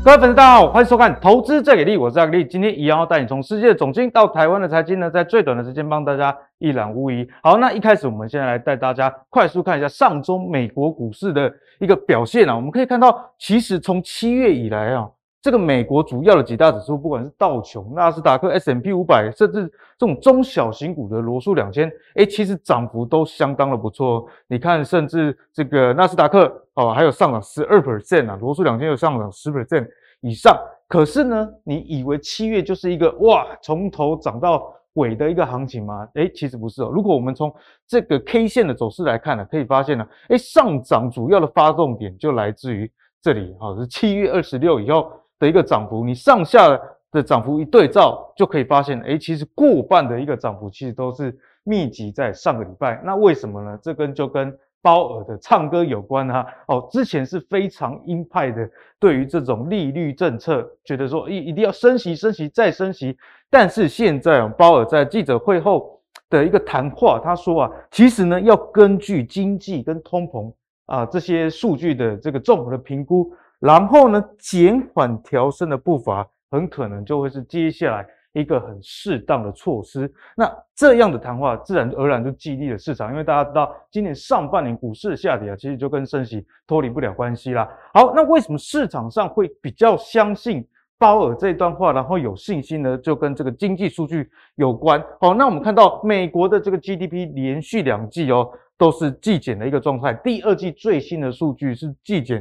各位粉丝，大家好，欢迎收看《投资最给力》，我是阿力。今天一样要带你从世界的总经到台湾的财经呢，在最短的时间帮大家一览无遗。好，那一开始我们现在来带大家快速看一下上周美国股市的一个表现啊。我们可以看到，其实从7月以来啊，这个美国主要的几大指数，不管是道琼、纳斯达克、S&P 500，甚至这种中小型股的罗素2000，其实涨幅都相当的不错。你看，甚至这个纳斯达克还有上涨12%啊，罗素2000有上涨10%以上。可是呢，你以为7月就是一个哇从头涨到尾的一个行情吗？其实不是哦。如果我们从这个 K 线的走势来看呢，可以发现呢，上涨主要的发动点就来自于这里，是7月26以后的一个涨幅。你上下的涨幅一对照，就可以发现，其实过半的一个涨幅其实都是密集在上个礼拜。那为什么呢？这就跟鲍尔的唱歌有关啊。之前是非常鹰派的，对于这种利率政策，觉得说一定要升息、升息再升息。但是现在鲍尔在记者会后的一个谈话，他说啊，其实呢要根据经济跟通膨这些数据的这个综合的评估，然后呢减缓调升的步伐，很可能就会是接下来一个很适当的措施。那这样的谈话自然而然就激励了市场，因为大家知道今年上半年股市的下跌其实就跟升息脱离不了关系啦。好，那为什么市场上会比较相信鲍尔这段话，然后有信心呢？就跟这个经济数据有关。好，那我们看到美国的这个 GDP 连续2季都是季减的一个状态，第2季最新的数据是季减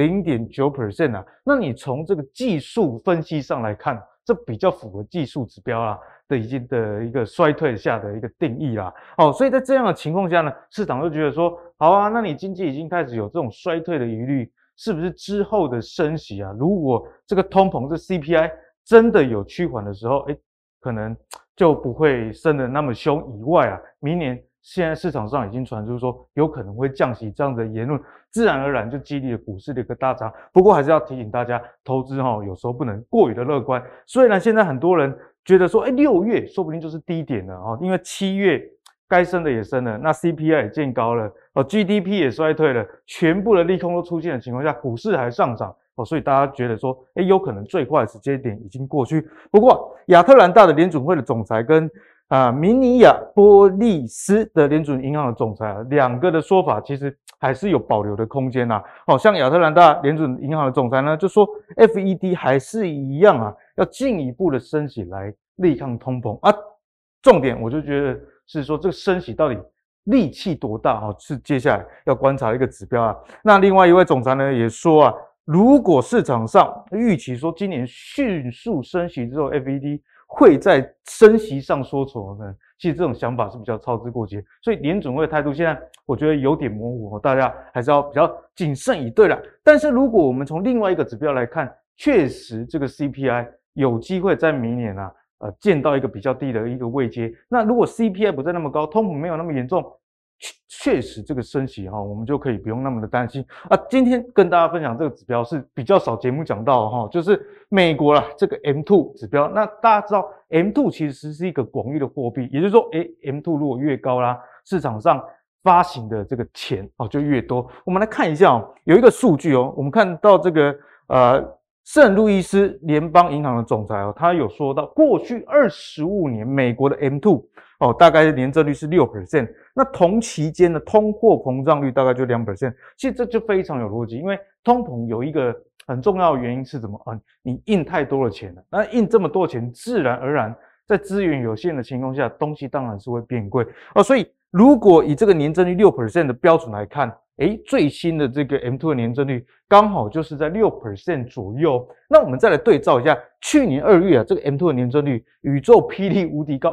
0.9% 啊。那你从这个技术分析上来看，这比较符合技术指标啦的一个衰退下的一个定义啦。所以在这样的情况下呢，市场就觉得说，好啊，那你经济已经开始有这种衰退的疑虑，是不是之后的升息啊？如果这个通膨这 CPI 真的有趋缓的时候，可能就不会升得那么凶。以外啊，明年现在市场上已经传出说有可能会降息这样的言论，自然而然就激励了股市的一个大涨。不过还是要提醒大家，投资有时候不能过于的乐观。虽然现在很多人觉得说，6月说不定就是低点了因为7月该升的也升了，那 CPI 也见高了，GDP 也衰退了，全部的利空都出现的情况下，股市还上涨所以大家觉得说，有可能最快的时间点已经过去。不过亚特兰大的联准会的总裁跟明尼亚波利斯的联准银行的总裁两个的说法其实还是有保留的空间像亚特兰大联准银行的总裁呢，就说 FED 还是一样要进一步的升息来力抗通膨重点我就觉得是说这个升息到底力气多大是接下来要观察的一个指标那另外一位总裁呢也说如果市场上预期说今年迅速升息之后 FED 会在升息上缩筹呢，其实这种想法是比较操之过急，所以联准会的态度现在我觉得有点模糊大家还是要比较谨慎以对啦。但是如果我们从另外一个指标来看，确实这个 CPI 有机会在明年见到一个比较低的一个位阶。那如果 CPI 不再那么高，通膨没有那么严重，确实这个升息我们就可以不用那么的担心今天跟大家分享这个指标是比较少节目讲到就是美国这个 M2 指标。那大家知道 M2 其实是一个广义的货币，也就是说M2 如果越高啦，市场上发行的这个钱就越多。我们来看一下有一个数据我们看到这个圣路易斯联邦银行的总裁他有说到，过去25年美国的 M2 大概年增率是 6%， 那同期间的通货膨胀率大概就 2%。 其实这就非常有逻辑，因为通膨有一个很重要的原因是什么你印太多的钱了，那印这么多钱，自然而然在资源有限的情况下，东西当然是会变贵所以如果以这个年增率 6% 的标准来看，最新的这个 M2 的年增率刚好就是在 6% 左右。那我们再来对照一下去年2月这个 M2 的年增率宇宙霹雳无敌高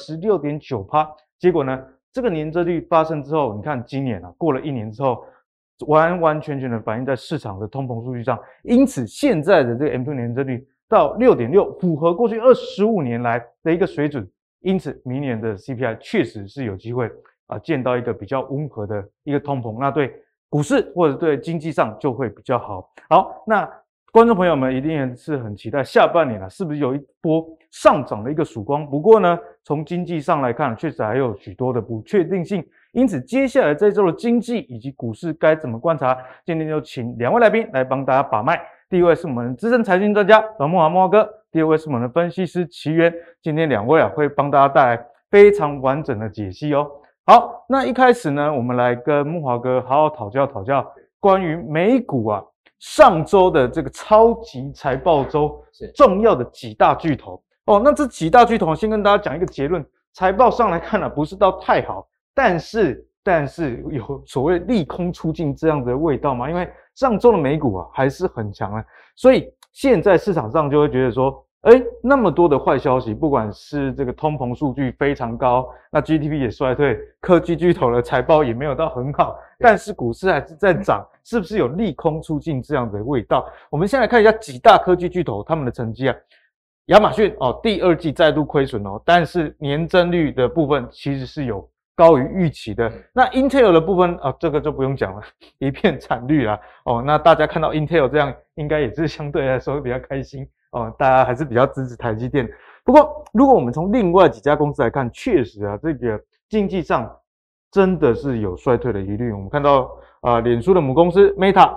26.9%， 结果呢这个年增率发生之后，你看今年过了1年之后，完完全全的反映在市场的通膨数据上。因此现在的这个 M2 年增率到 6.6%， 符合过去25年来的一个水准。因此明年的 CPI 确实是有机会见到一个比较温和的一个通膨，那对股市或者对经济上就会比较好。好，那观众朋友们一定是很期待下半年是不是有一波上涨的一个曙光。不过呢，从经济上来看，确实还有许多的不确定性。因此，接下来这周的经济以及股市该怎么观察？今天就请2位来宾来帮大家把脉。 第一位是我们资深财经专家阮慕骅慕骅哥，第二位是我们的分析师奇源。今天2位会帮大家带来非常完整的解析哦。好，那一开始呢，我们来跟慕骅哥好好讨教关于美股上周的这个超级财报周重要的几大巨头哦。那这几大巨头先跟大家讲一个结论，财报上来看不是到太好，但是有所谓利空出尽这样的味道嘛？因为上周的美股还是很强所以现在市场上就会觉得说，那么多的坏消息，不管是这个通膨数据非常高，那 GDP 也衰退，科技巨头的财报也没有到很好，但是股市还是在涨，是不是有利空出尽这样的味道？我们先来看一下几大科技巨头他们的成绩亚马逊第二季再度亏损但是年增率的部分其实是有高于预期的。那 Intel 的部分这个就不用讲了，一片惨绿啦那大家看到 Intel 这样，应该也是相对来说比较开心大家还是比较支持台积电。不过如果我们从另外几家公司来看，确实这个经济上真的是有衰退的疑虑。我们看到脸书的母公司 Meta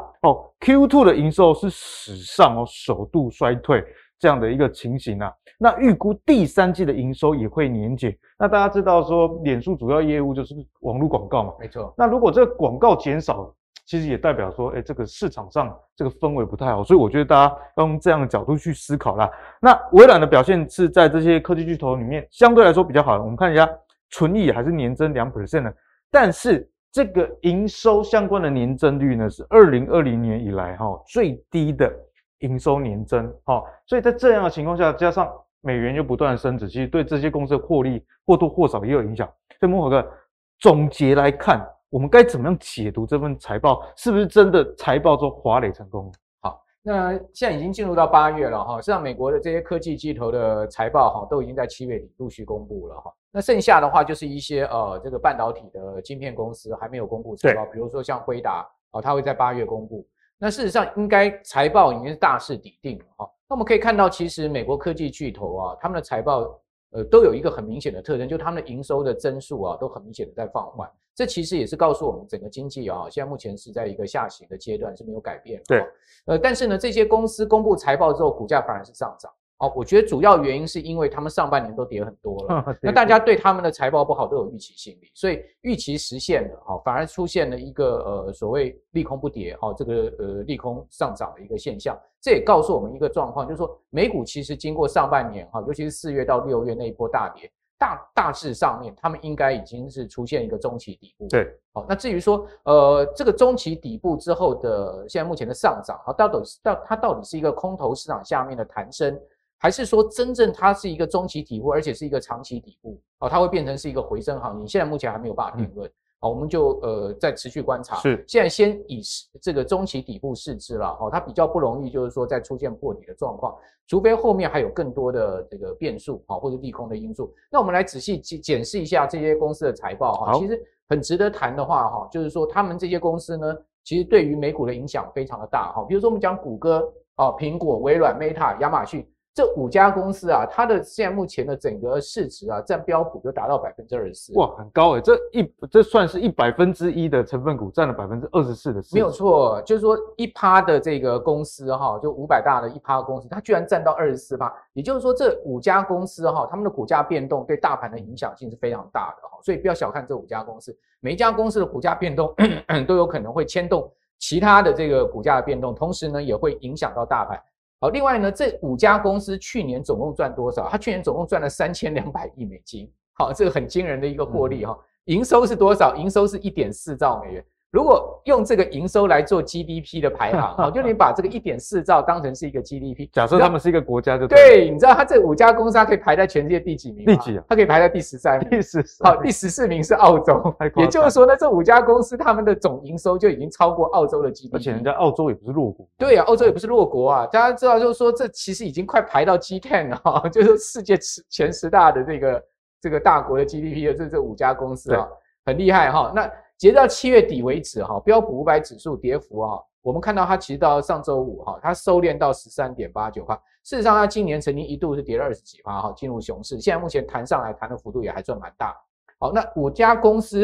Q2 的营收是史上首度衰退这样的一个情形那预估第3季的营收也会年减。那大家知道说，脸书主要业务就是网络广告嘛， 没错。 那如果这个广告减少，其实也代表说，这个市场上这个氛围不太好，所以我觉得大家要用这样的角度去思考啦。那微软的表现是在这些科技巨头里面相对来说比较好的，我们看一下纯益还是年增 2% 的，但是这个营收相关的年增率呢是2020年以来最低的营收年增所以在这样的情况下，加上美元又不断的升值，其实对这些公司的获利或多或少也有影响。所以慕骅哥总结来看，我们该怎么样解读这份财报？是不是真的财报中滑垒成功？ 好，那现在已经进入到8月了实际上美国的这些科技巨头的财报都已经在7月底陆续公布了那剩下的话就是一些这个半导体的晶片公司还没有公布财报，比如说像辉达它会在8月公布。那事实上应该财报已经是大势已定了那我们可以看到，其实美国科技巨头他们的财报都有一个很明显的特征，就是他们的营收的增速都很明显的在放缓。这其实也是告诉我们整个经济现在目前是在一个下行的阶段，是没有改变的。 对， 但是呢，这些公司公布财报之后，股价反而是上涨。我觉得主要原因是因为他们上半年都跌很多了，那大家对他们的财报不好都有预期心理，所以预期实现了反而出现了一个所谓利空不跌这个利空上涨的一个现象。这也告诉我们一个状况，就是说美股其实经过上半年尤其是4月到6月那一波大跌，大致上面他们应该已经是出现一个中期底部。 对， 那至于说这个中期底部之后的现在目前的上涨它到底是一个空头市场下面的弹升，还是说真正它是一个中期底部，而且是一个长期底部它会变成是一个回升行情，现在目前还没有办法定论我们就再持续观察。 是， 现在先以这个中期底部视之了它比较不容易就是说再出现破底的状况，除非后面还有更多的这个变数或者利空的因素。那我们来仔细检视一下这些公司的财报其实很值得谈的话就是说他们这些公司呢，其实对于美股的影响非常的大比如说我们讲谷歌苹果、微软、Meta、亚马逊这5家公司它的现在目前的整个市值占标普就达到 24%。 哇，很高这算是1%的成分股占了 24% 的市值。 没有错，就是说1%的这个公司就500大的1%公司，它居然占到 24%， 也就是说这5家公司他们的股价变动对大盘的影响性是非常大的所以不要小看这5家公司，每一家公司的股价变动都有可能会牵动其他的这个股价的变动，同时呢也会影响到大盘。另外呢，这5家公司去年总共赚多少？它去年总共赚了3200亿美金，这个很惊人的一个获利营收是多少？营收是 1.4 兆美元。如果用这个营收来做 GDP 的排行就你把这个 1.4 兆当成是一个 GDP， 假设他们是一个国家就对，你知道它这5家公司它可以排在全世界第几名吗？ 第几它可以排在第13名。第14名是澳洲。也就是说呢，这5家公司他们的总营收就已经超过澳洲的 GDP， 而且人家澳洲也不是弱国。 对澳洲也不是弱国大家知道就是说这其实已经快排到 G10 了就是世界前10大的这个大国的 GDP 的这5家公司很厉害那截至到7月底为止标普500指数跌幅我们看到它其实到上周五它收敛到 13.89%， 事实上它今年曾经一度是跌了20几%进入熊市，现在目前弹上来弹的幅度也还算蛮大。那5家公司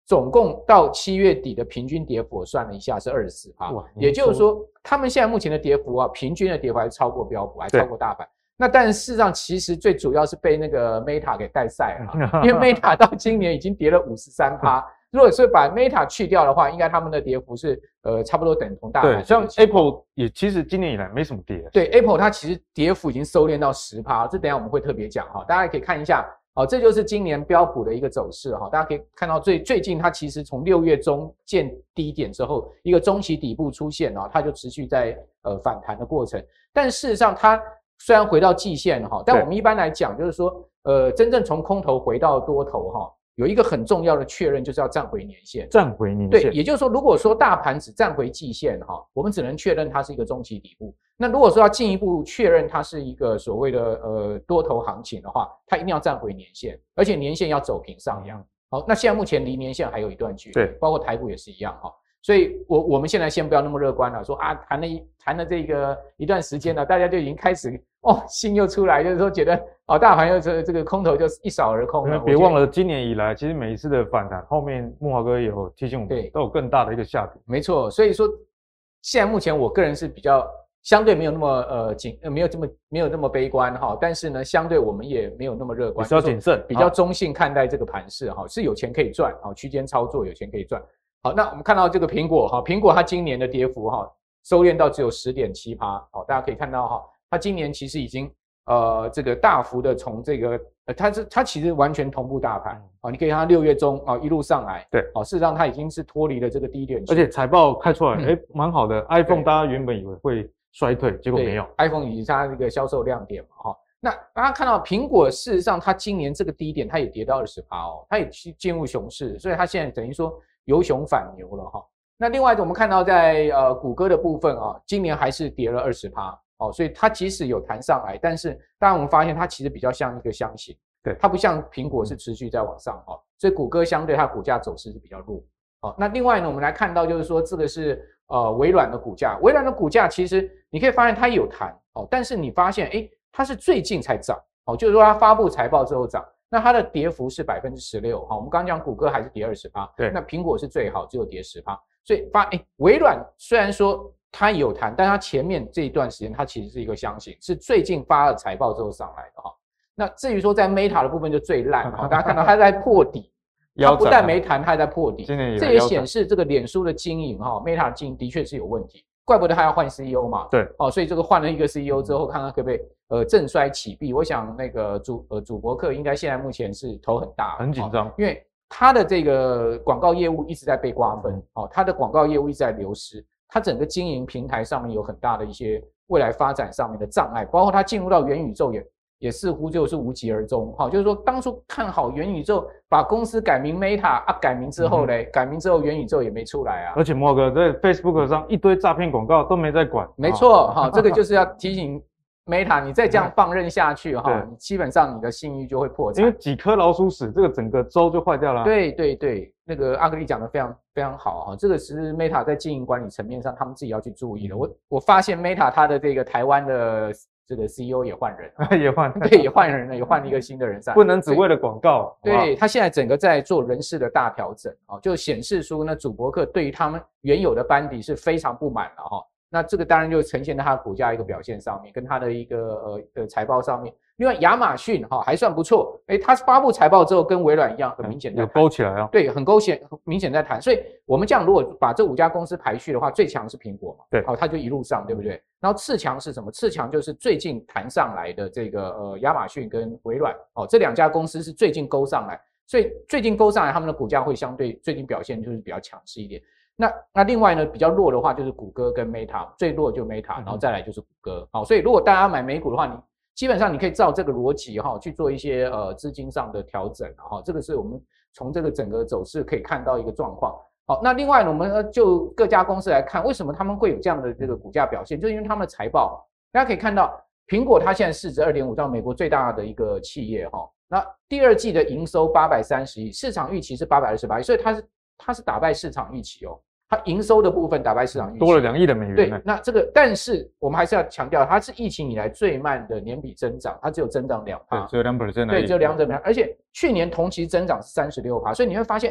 总共到7月底的平均跌幅，我算了一下是24%，也就是说，他们现在目前的跌幅啊，平均的跌幅还超过标普，还超过大盘。那但是事实上，其实最主要是被那个 Meta 给带赛了，因为 Meta 到今年已经跌了53%。如果是把 Meta 去掉的话，应该他们的跌幅是差不多等同大盘。 对，像 Apple 也其实今年以来没什么跌。 对 ，Apple 它其实跌幅已经收敛到10%，这等一下我们会特别讲哈，大家可以看一下。好，这就是今年标普的一个走势哈，大家可以看到最近它其实从6月中见低点之后，一个中期底部出现它就持续在反弹的过程。但事实上它虽然回到季线哈，但我们一般来讲就是说真正从空头回到多头哈，有一个很重要的确认就是要站回年线。 站回年线。 对，也就是说如果说大盘只站回季线哈，我们只能确认它是一个中期底部。那如果说要进一步确认它是一个所谓的多头行情的话，它一定要站回年线，而且年线要走平上扬。好，那现在目前离年线还有一段距离， 对， 包括台股也是一样哈。所以我们现在先不要那么乐观了，说啊谈了这个一段时间了，大家就已经开始心又出来，就是说觉得大盘又这个空头就一扫而空了。 别忘了今年以来，其实每一次的反弹后面，木华哥也有提醒我们，都有更大的一个下跌。 没错，所以说现在目前我个人是比较相对没有那么没有这么悲观哈，但是呢，相对我们也没有那么乐观， 比较谨慎， 比较中性看待这个盘势哈，是有钱可以赚区间操作有钱可以赚。好，那我们看到这个苹果苹果它今年的跌幅收敛到只有10.7%，大家可以看到它今年其实已经这个大幅的从这个它其实完全同步大盘你可以看它6月中一路上来， 对事实上它已经是脱离了这个低点区， 而且财报开出来蛮好的 ，iPhone 大家原本以为会衰退，结果没有 ，iPhone 以及它这个销售亮点嘛那大家看到苹果事实上它今年这个低点它也跌到20%它也进入熊市，所以它现在等于说由熊反牛了那另外我们看到在谷歌的部分今年还是跌了20%所以它即使有弹上来，但是当然我们发现它其实比较像一个箱型， 对， 它不像苹果是持续在往上所以谷歌相对它股价走势是比较弱那另外呢，我们来看到就是说这个是微软的股价，微软的股价其实你可以发现它有弹但是你发现它是最近才涨就是说它发布财报之后涨。那它的跌幅是16%我们刚刚讲谷歌还是跌20%， 对， 那苹果是最好，只有跌10%，所以微软虽然说它有弹，但它前面这一段时间它其实是一个箱型，是最近发了财报之后上来的那至于说在 Meta 的部分就最烂大家看到它在破底，它不但没弹，它还在破底，这也显示这个脸书的经营Meta 的经营的确是有问题。怪不得他要换 CEO 嘛， 对， 所以这个换了一个 CEO 之后，看看可不可以正衰起弊。我想那个主博客应该现在目前是头很大， 很紧张， 因为他的这个广告业务一直在被瓜分，他的广告业务一直在流失，他整个经营平台上面有很大的一些未来发展上面的障碍，包括他进入到元宇宙也似乎就是无疾而终就是说当初看好元宇宙，把公司改名 Meta 改名之后改名之后元宇宙也没出来而且莫哥在 Facebook 上一堆诈骗广告都没在管， 没错这个就是要提醒 Meta， 你再这样放任下去你基本上你的信誉就会破产， 因为几颗老鼠屎，这个整个州就坏掉了。 对，那个阿格力讲的非常非常好这个是 Meta 在经营管理层面上他们自己要去注意的。我发现 Meta 它的这个台湾的这个 CEO 也换人也换对，也换人了，也换了一个新的人上， 不能只为了广告。 对，他现在整个在做人事的大调整就显示出呢主博客对于他们原有的班底是非常不满了那这个当然就呈现在它的股价一个表现上面，跟它的一个财报上面。另外亚马逊还算不错，它它布财报之后跟微软一样，很明显有勾起来对，很明显在谈。所以我们这样如果把这5家公司排序的话，最强是苹果嘛， 对， 它就一路上，对不对？然后次强是什么？次强就是最近弹上来的这个亚马逊跟微软这2家公司是最近勾上来，所以最近勾上来，他们的股价会相对最近表现就是比较强势一点。那另外呢，比较弱的话就是谷歌跟 Meta， 最弱就 Meta， 然后再来就是谷歌。所以如果大家买美股的话，你基本上你可以照这个逻辑去做一些资金上的调整这个是我们从这个整个走势可以看到一个状况。好，那另外呢，我们就各家公司来看，为什么他们会有这样的这个股价表现，就是因为他们的财报。大家可以看到，苹果它现在市值 2.5 兆，美国最大的一个企业那第2季的营收830亿，市场预期是828亿，所以它是打败市场预期它营收的部分打败市场预期， 多了2亿的美元。 对，那这个但是我们还是要强调，它是疫情以来最慢的年比增长，它只有增长2%， 对，只有2%， 对，只有2%，而且去年同期增长是36%，所以你会发现，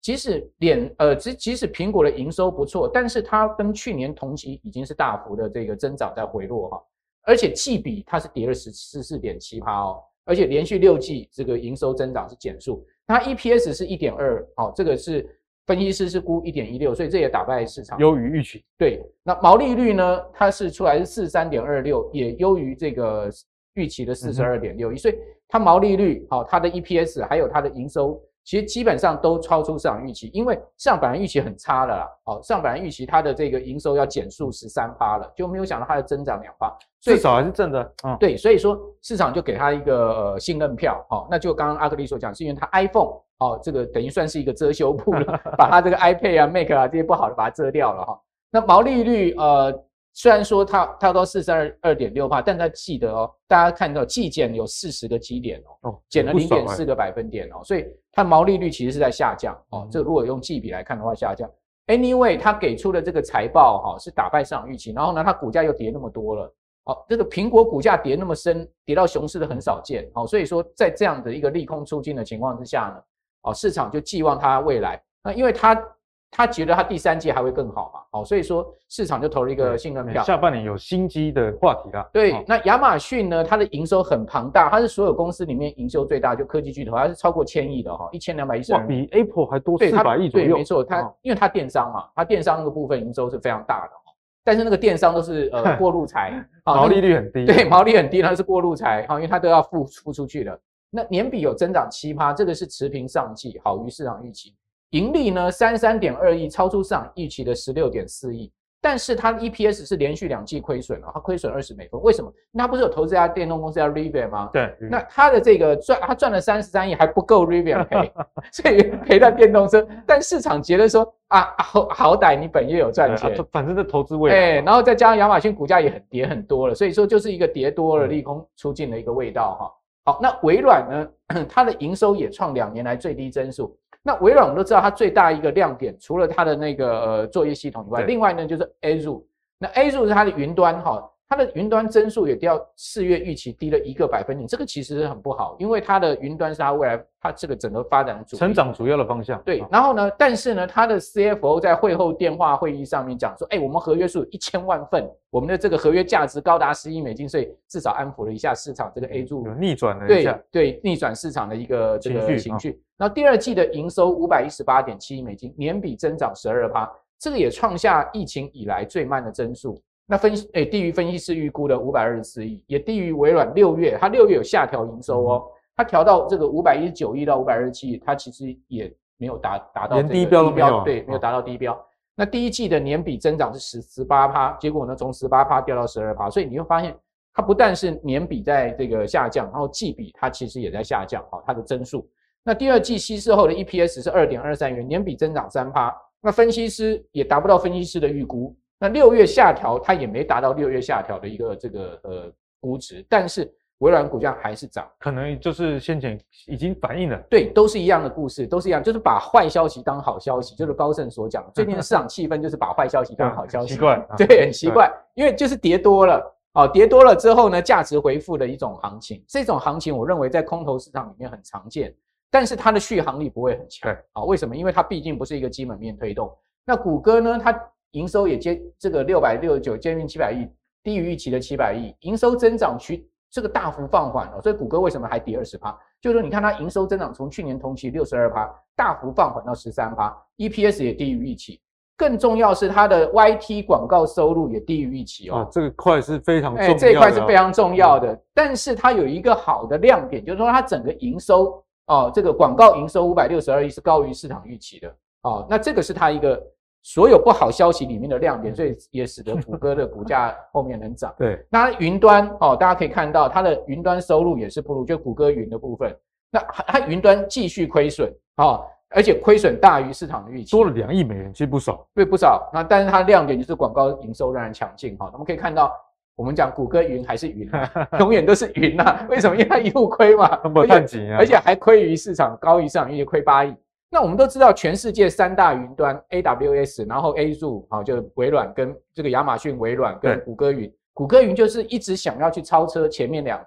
即使苹果的营收不错，但是它跟去年同期已经是大幅的这个增长在回落哈，而且季比它是跌了14.7%哦，而且连续6季这个营收增长是减速，它 EPS 是 1.2， 好，这个是分析师是估 1.16， 所以这也打败市场， 优于预期。 对，那毛利率呢，它是出来是 43.26， 也优于这个预期的 42.61，所以它毛利率好，它的 EPS 还有它的营收其实基本上都超出市场预期，因为市场本来预期很差了啦，好，市场本来预期它的这个营收要减速 13% 了，就没有想到它的增长 2%， 至少还是正的。 对，所以说市场就给它一个信任票，好，那就刚刚阿格力所讲，是因为它 iPhone 哦，这个等于算是一个遮羞布了，把它这个 iPad 啊 Mac 啊这些不好的把它遮掉了哈。那毛利率虽然说它到 42.6%， 但它记得哦，大家看到季减有40个基点哦，减了 0.4个百分点哦，所以它毛利率其实是在下降哦。这如果用季比来看的话下降。Anyway， 它给出的这个财报哈是打败市场预期，然后呢它股价又跌那么多了。哦，这个苹果股价跌那么深，跌到熊市的很少见。哦，所以说在这样的一个利空出尽的情况之下呢，哦，市场就寄望它未来。那因为他觉得他第3季还会更好嘛，好，所以说市场就投了一个信任票。 下半年有新机的话题啦。 对，那亚马逊呢，它的营收很庞大，它是所有公司里面营收最大，就科技巨头，它是超过1000亿的哈，1210亿。 哇，比 Apple 还多400亿左右。 对，没错，因为它电商嘛，它电商那个部分营收是非常大的，但是那个电商都是过路财， 毛利率很低。 对，毛利很低，它是过路财，因为它都要付出去的。那年比有增长 7%， 这个是持平上季，好于市场预期。盈利呢33.2亿，超出市场预期的16.4亿，但是它的 EPS 是连续2季亏损了，它亏损20美分，为什么？它不是有投资一家电动公司叫 Rivian 吗？ 对， 那它的这个它赚了33亿还不够 Rivian 赔，所以赔到电动车，但市场觉得说好歹你本业有赚钱， 反正在投资未来， 然后再加上亚马逊股价也跌很多了，所以说就是一个跌多了利空出尽的一个味道哈。好，那微软呢，它的营收也创2年来最低增速。那微软我们都知道，它最大一个亮点，除了它的那个作业系统以外，另外呢就是 Azure。那 Azure 是它的云端哈，它的云端增速也掉4月预期低了1个百分点，这个其实很不好，因为它的云端是它未来它这个整个发展的成长主要的方向。 对，然后呢，但是呢，它的 CFO 在会后电话会议上面讲说，我们合约数有1000万份，我们的这个合约价值高达10亿美金，所以至少安抚了一下市场这个 Azure 有逆转了一下， 对，逆转市场的一个这个情绪。然后第2季的营收518.7亿美金，年比增长12%，这个也创下疫情以来最慢的增速。那低于分析师预估的524亿，也低于微软6月，它6月有下调营收哦，它调到这个519亿到527亿，它其实也没有达到连低标都没有， 对，没有达到低标。那第1季的年比增长是18%，结果呢从18%掉到12%，所以你会发现它不但是年比在这个下降，然后季比它其实也在下降，它的增速。那第2季稀释后的 EPS 是 2.23 元，年比增长 3%， 那分析师也达不到分析师的预估。那6月下调，它也没达到6月下调的一个这个估值，但是微软股价还是涨， 可能就是先前已经反映了。 对，都是一样的故事，都是一样，就是把坏消息当好消息，就是高盛所讲，最近的市场气氛就是把坏消息当好消息， 奇怪， 对，很奇怪，因为就是跌多了。跌多了之后呢，价值回复的一种行情，这种行情我认为在空头市场里面很常见，但是它的续航力不会很强。为什么？因为它毕竟不是一个基本面推动。那谷歌呢，它营收也这个669，接近700亿，低于预期的700亿，营收增长这个大幅放缓了，所以谷歌为什么还跌20%？就是说你看它营收增长从去年同期62%，大幅放缓到13%，EPS 也低于预期。更重要是它的 YT 广告收入也低于预期哦， 这个块是非常重要的， 这一块是非常重要的。但是它有一个好的亮点，就是说它整个营收这个广告营收562亿是高于市场预期的那这个是它一个所有不好消息里面的亮点，所以也使得谷歌的股价后面能涨。 对， 那云端大家可以看到它的云端收入也是不如，就谷歌云的部分，那它云端继续亏损而且亏损大于市场的预期， 多了2亿美元，其实不少。 对，不少。那但是它的亮点就是广告营收仍然强劲我们可以看到，我们讲谷歌云还是云永远都是云为什么？因为它一路亏嘛，而且还亏于市场，高于市场预期，亏8亿。那我们都知道，全世界3大云端 AWS， 然后 Azure 就微软跟这个亚马逊微软跟谷歌云，谷歌云就是一直想要去超车前面2大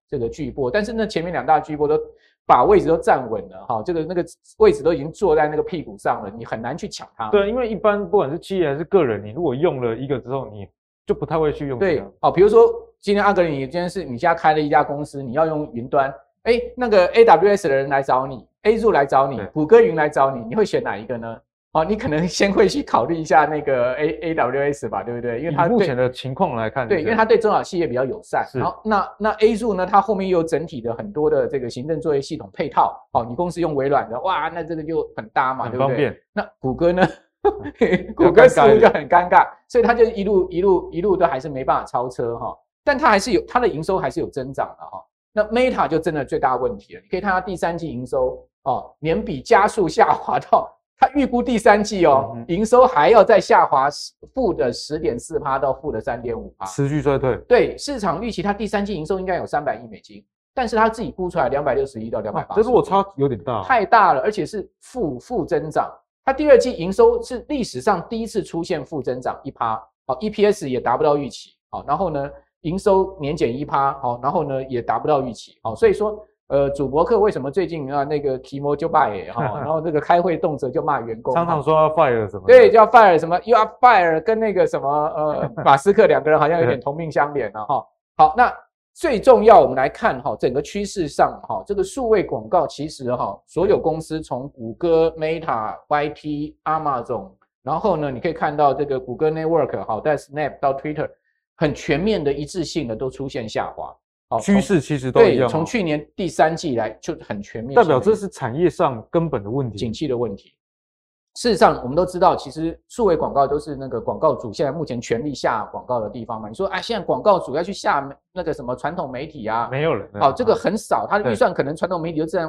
这个巨擘，但是那前面2大巨擘都把位置都站稳了哈，那个位置都已经坐在那个屁股上了，你很难去抢它。 对，因为一般不管是企业还是个人，你如果用了一个之后，你就不太会去用。 对，比如说今天阿格里，你今天是你家开了一家公司，你要用云端，那个 AWS 的人来找你 ，Azure 来找你，谷歌云来找你，你会选哪一个呢？你可能先会去考虑一下那个 AWS 吧，对不对？因为它目前的情况来看， 对，因为它对中小企业比较友善。然后那 Azure 呢，它后面又有整体的很多的这个行政作业系统配套。你公司用微软的，哇，那这个就很搭嘛，对不对？ 方便。 那谷歌呢？谷歌似乎就很尴尬，所以它就一路都还是没办法超车哈。但它还是有它的营收还是有增长的哈。那 Meta 就真的最大问题了，你可以看到第3季营收年比加速下滑到。他预估第3季营收还要再下滑负的 10.4% 到负的 3.5%， 持续衰退。 对，市场预期他第3季营收应该有300亿美金，但是他自己估出来260亿到280亿， 这落差有点大， 太大了，而且是负增长。他第2季营收是历史上第一次出现负增长 1%， EPS 也达不到预期，然后呢，营收年减 1%， 然后呢也达不到预期，所以说。主博客为什么最近那个提摩就骂然后这个开会动辄就骂员工， 常常说要 fire 什么？ 对，叫 fire 什么 ，you are fire， 跟那个什么马斯克2个人好像有点同命相连了哈。好，那最重要我们来看整个趋势上这个数位广告其实所有公司从谷歌、Meta、YT、Amazon， 然后呢你可以看到这个谷歌 Network 在 Snap 到 Twitter， 很全面的一致性的都出现下滑。 趋势其实都一样， 从去年第3季来就很全面， 代表这是产业上根本的问题， 景气的问题。事实上，我们都知道，其实数位广告都是那个广告主现在目前全力下广告的地方嘛。你说现在广告主要去下那个什么传统媒体啊， 没有人， 这个很少，他的预算可能传统媒体就占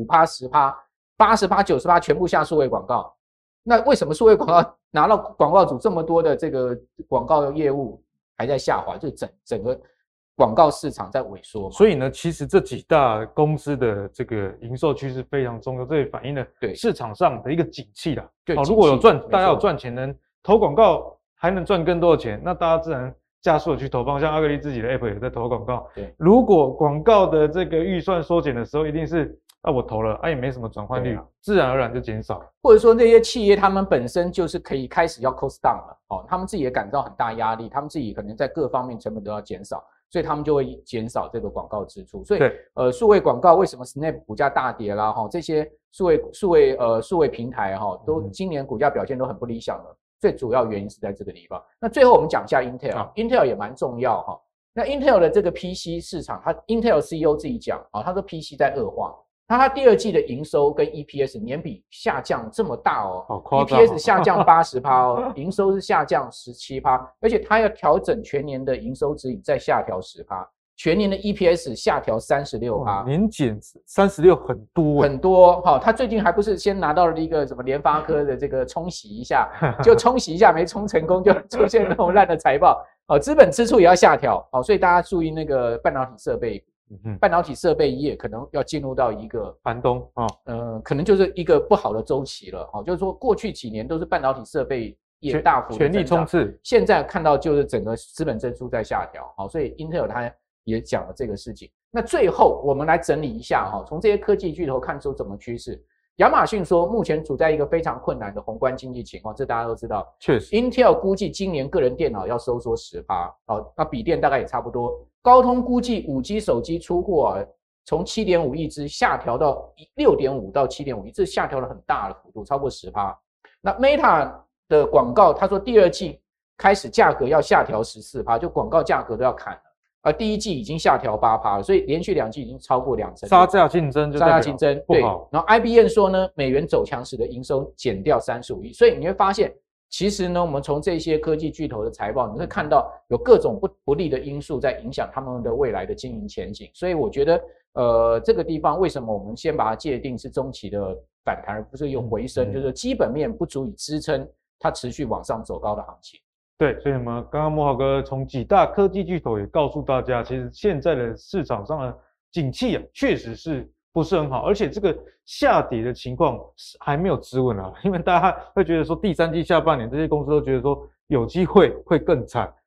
5%、10%、80%、90%全部下数位广告。那为什么数位广告拿到广告主这么多的这个广告的业务还在下滑？就整个。广告市场在萎缩嘛， 所以呢，其实这几大公司的这个营收趋势非常重要，这也反映了市场上的一个景气啦。如果有大家有赚钱，能投广告还能赚更多的钱，那大家自然加速的去投放。像阿格力自己的 App 也在投广告。 对， 如果广告的这个预算缩减的时候，一定是我投了也没什么转换率，自然而然就减少。 或者说这些企业他们本身就是可以开始要 cost down 了他们自己也感到很大压力，他们自己可能在各方面成本都要减少。所以他们就会减少这个广告支出，所以数位广告为什么 Snap 股价大跌啦？这些数位平台都今年股价表现都很不理想了。最主要原因是在这个地方。那最后我们讲一下 Intel，Intel 也蛮重要那 Intel 的这个 PC 市场，Intel CEO 自己讲他说 PC 在恶化。它第2季的营收跟 EPS 年比下降这么大EPS 下降80%营收是下降17%，而且它要调整全年的营收指引再下调10%，全年的 EPS 下调36%， 年减36很多它最近还不是先拿到了一个什么联发科的这个冲洗一下，就冲洗一下没冲成功，就出现那种烂的财报资本支出也要下调所以大家注意那个半导体设备。半导体设备业可能要进入到一个寒冬可能就是一个不好的周期了就是说过去几年都是半导体设备业大幅全力冲刺， 现在看到就是整个资本支出在下调所以 Intel 它也讲了这个事情。那最后我们来整理一下从这些科技巨头看出怎么趋势。亚马逊说目前处在一个非常困难的宏观经济情况，这大家都知道。 确实 Intel 估计今年个人电脑要收缩 10%那笔电大概也差不多。高通估计 5G 手机出货从 7.5 亿只下调到 6.5 到 7.5 亿，这下调了很大的幅度，超过 10%。那 Meta 的广告他说第2季开始价格要下调 14%， 就广告价格都要砍了第1季已经下调 8% 了，所以连续2季已经超过2成， 杀价竞争对。然后 IBM 说呢，美元走强使得营收减掉35亿，所以你会发现其实呢，我们从这些科技巨头的财报，你会看到有各种不利的因素在影响他们的未来的经营前景。所以我觉得，这个地方为什么我们先把它界定是中期的反弹，而不是有回升，就是基本面不足以支撑它持续往上走高的行情。 对，所以我们刚刚慕郝哥从几大科技巨头也告诉大家，其实现在的市场上的景气确实是不是很好，而且这个下跌的情况还没有止稳因为大家会觉得说第3季下半年这些公司都觉得说有机会会更惨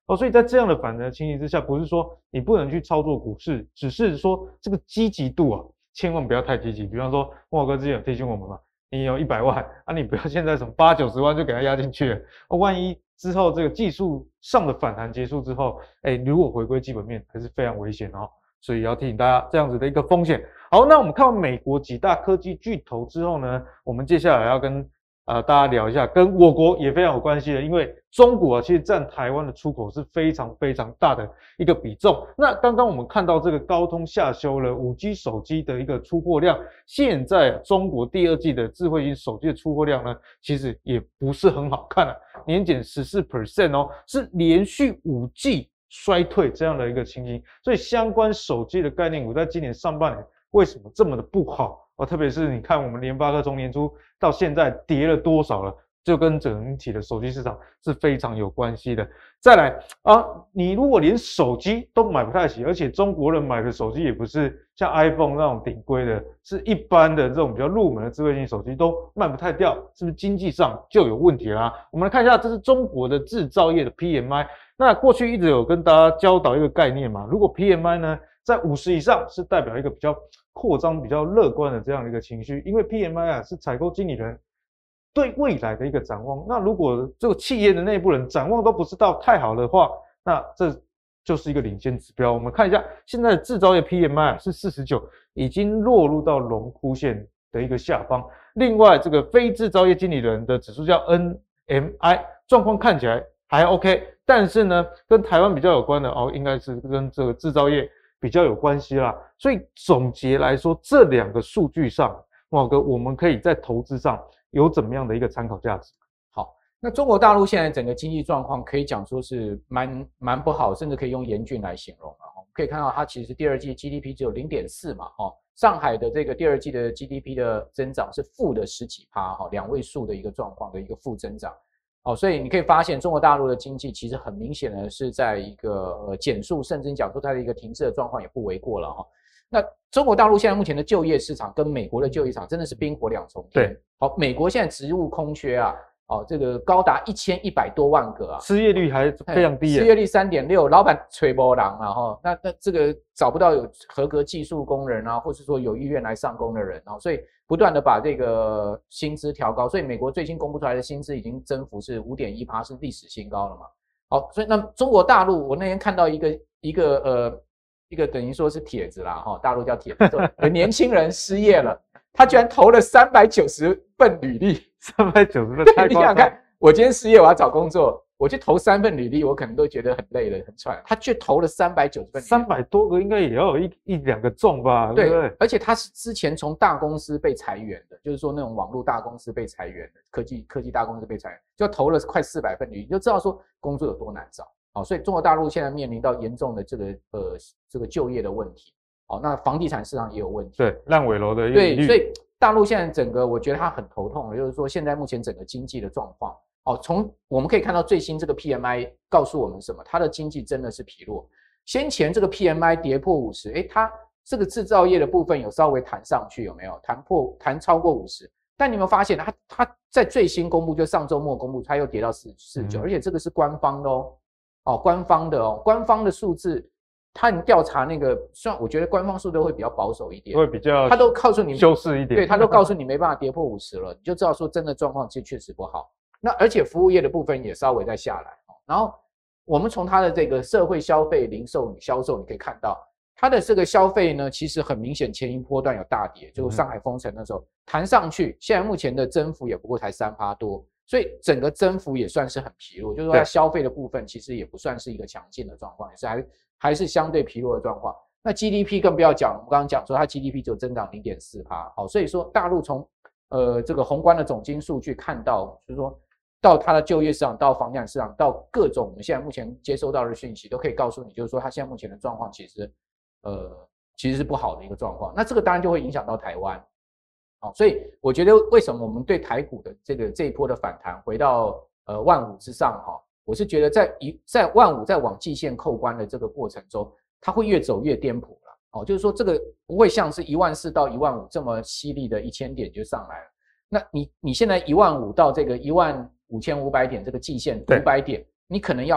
所以在这样的反弹的情形之下，不是说你不能去操作股市，只是说这个积极度啊，千万不要太积极。比方说，莫哥之前有提醒我们嘛，你有100万啊，你不要现在什么80、90万就给它压进去了，万一之后这个技术上的反弹结束之后，如果回归基本面，还是非常危险哦。所以要提醒大家这样子的一个风险。好，那我们看完美国几大科技巨头之后呢，我们接下来要跟大家聊一下，跟我国也非常有关系的，因为中国其实占台湾的出口是非常非常大的一个比重。那刚刚我们看到这个高通下修了5G 手机的一个出货量，现在中国第2季的智慧型手机的出货量呢，其实也不是很好看啊，年减14% 哦，是连续5季衰退这样的一个情形。所以相关手机的概念股在今年上半年为什么这么的不好？特别是你看我们联发科从年初到现在跌了多少了，就跟整体的手机市场是非常有关系的。再来你如果连手机都买不太起，而且中国人买的手机也不是像 iPhone 那种顶规的，是一般的这种比较入门的智慧型手机都卖不太掉，是不是经济上就有问题啦？我们来看一下，这是中国的制造业的 PMI。那过去一直有跟大家教导一个概念嘛，如果 PMI 呢在50以上，是代表一个比较扩张、比较乐观的这样的一个情绪，因为 PMI 啊是采购经理人对未来的一个展望。那如果这个企业的内部人展望都不是到太好的话，那这就是一个领先指标。我们看一下现在的制造业 PMI 是49，已经落入到荣枯线的一个下方。另外，这个非制造业经理人的指数叫 NMI， 状况看起来还 OK， 但是呢，跟台湾比较有关的应该是跟这个制造业比较有关系啦。所以总结来说，这2个数据上，茂哥，我们可以在投资上有怎么样的一个参考价值？ 好，那中国大陆现在整个经济状况可以讲说是蛮不好，甚至可以用严峻来形容了。我们可以看到，它其实第2季 GDP 只有 0.4 嘛，上海的这个第2季的 GDP 的增长是负的10几%，两位数的一个状况的一个负增长。所以你可以发现中国大陆的经济其实很明显的是在一个减速，甚至讲说它的一个停滞的状况也不为过了哈。那中国大陆现在目前的就业市场跟美国的就业市场真的是冰火两重天。 对， 好，美国现在职务空缺啊，这个高达1100多万个啊， 失业率还非常低， 失业率3.6%，老板吹波浪啊哈，那这个找不到有合格技术工人啊，或是说有意愿来上工的人啊，所以不断的把这个薪资调高，所以美国最新公布出来的薪资已经增幅是 5.1%， 是历史新高了嘛。好，所以那中国大陆，我那天看到一个等于说是帖子啦哈，大陆叫帖子，有年轻人失业了，他居然投了390份履历 ，390份， 太夸张。你想想看，我今天失业，我要找工作，我去投3份履历，我可能都觉得很累了，很喘。他却投了390份 ，300多个应该也要有一两个中吧，对不对？ 而且他是之前从大公司被裁员的，就是说那种网络大公司被裁员的，科技大公司被裁员，就投了快400份履历，你就知道说工作有多难找。所以中国大陆现在面临到严重的这个就业的问题。那房地产市场也有问题， 对，烂尾楼的对， 所以大陆现在整个我觉得它很头痛的，就是说现在目前整个经济的状况，从我们可以看到最新这个 PMI 告诉我们什么？它的经济真的是疲弱。先前这个 PMI 跌破50，它这个制造业的部分有稍微弹上去，有没有弹超过50？但你有没有发现它在最新公布，就上周末公布，它又跌到49，而且这个是官方的官方的数字。他调查那个，虽然我觉得官方数字会比较保守一点， 会比较， 他都告诉你修饰一点， 对，他都告诉你没办法跌破50了，你就知道说真的状况确实不好。那而且服务业的部分也稍微再下来，然后我们从它的这个社会消费、零售与销售，你可以看到它的这个消费呢，其实很明显前一波段有大跌，就是上海封城的时候弹上去，现在目前的增幅也不过才3%多，所以整个增幅也算是很疲弱，就是说它消费的部分其实也不算是一个强劲的状况，也是还是相对疲弱的状况。那 GDP 更不要讲，我们刚刚讲说它 GDP 只有增长 0.4%， 好，所以说大陆从这个宏观的总经数据看到，就是说到它的就业市场，到房地产市场，到各种我们现在目前接收到的讯息，都可以告诉你，就是说它现在目前的状况其实是不好的一个状况。那这个当然就会影响到台湾，所以我觉得为什么我们对台股的这一波的反弹回到15000之上我是觉得在15000在往季线扣关的这个过程中，它会越走越颠簸了就是说这个不会像是14000到15000这么犀利的1000点就上来了。那你现在15000到这个15500点这个季线500点，你可能要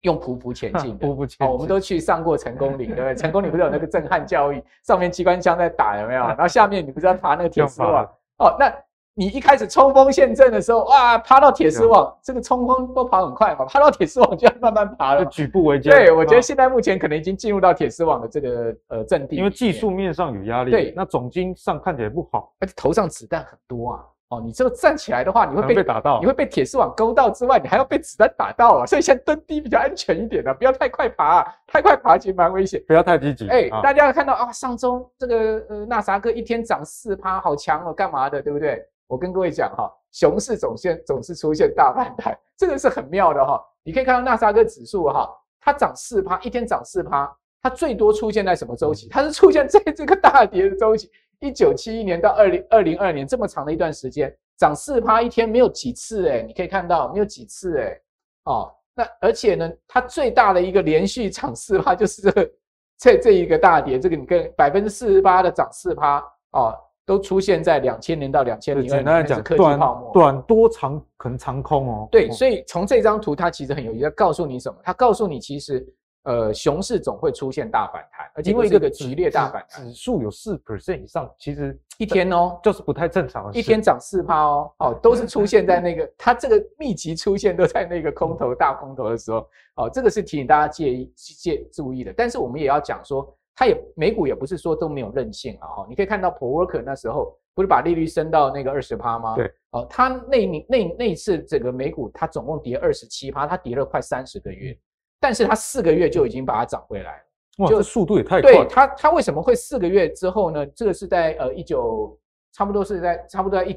用匍匐前进的， 匍匐前进。 我们都去上过成功岭，对不对？成功岭不是有那个震撼教育，上面机关枪在打，有没有？然后下面你不是要爬那个铁丝网？那你一开始冲锋陷阵的时候，哇，爬到铁丝网，这个冲锋都跑很快嘛，爬到铁丝网就要慢慢爬了， 举步维艰。 对，我觉得现在目前可能已经进入到铁丝网的这个阵地， 因为技术面上有压力，对，那总经上看起来不好， 而且头上子弹很多啊。你这个站起来的话，你会被打到， 你会被铁丝网勾到之外，你还要被子弹打到啊，所以先蹲低比较安全一点不要太快爬太快爬其实蛮危险， 不要太积极。 大家看到上周这个纳斯达克一天涨4%，好强干嘛的，对不对？我跟各位讲熊市总是出现大反弹，这个是很妙的你可以看到纳斯达克指数它涨4%，一天涨4%，它最多出现在什么周期？它是出现在这个大跌的周期。1971年到2022年这么长的一段时间，涨4%一天没有几次你可以看到没有几次那而且呢，它最大的一个连续涨4%就是这一个大跌，这个你跟48%的涨4%都出现在2000年到2002年， 简单来讲， 科技泡沫， 短多长可能长空对，所以从这张图它其实很有意思，它告诉你什么？它告诉你其实熊市总会出现大反弹，而且因为这个剧烈大反弹， 指数有4% 以上，其实一天就是不太正常的事， 一天涨4%都是出现在那个它这个密集出现都在那个大空头的时候这个是提醒大家注意的。但是我们也要讲说，美股也不是说都没有韧性你可以看到 Paul Volcker 那时候不是把利率升到那个20%吗？ 对， 他那一次整个美股它总共跌27%，它跌了快30个月。但是它4个月就已经把它涨回来了， 哇，这速度也太快了。 对，它为什么会4个月之后呢？这个是在差不多在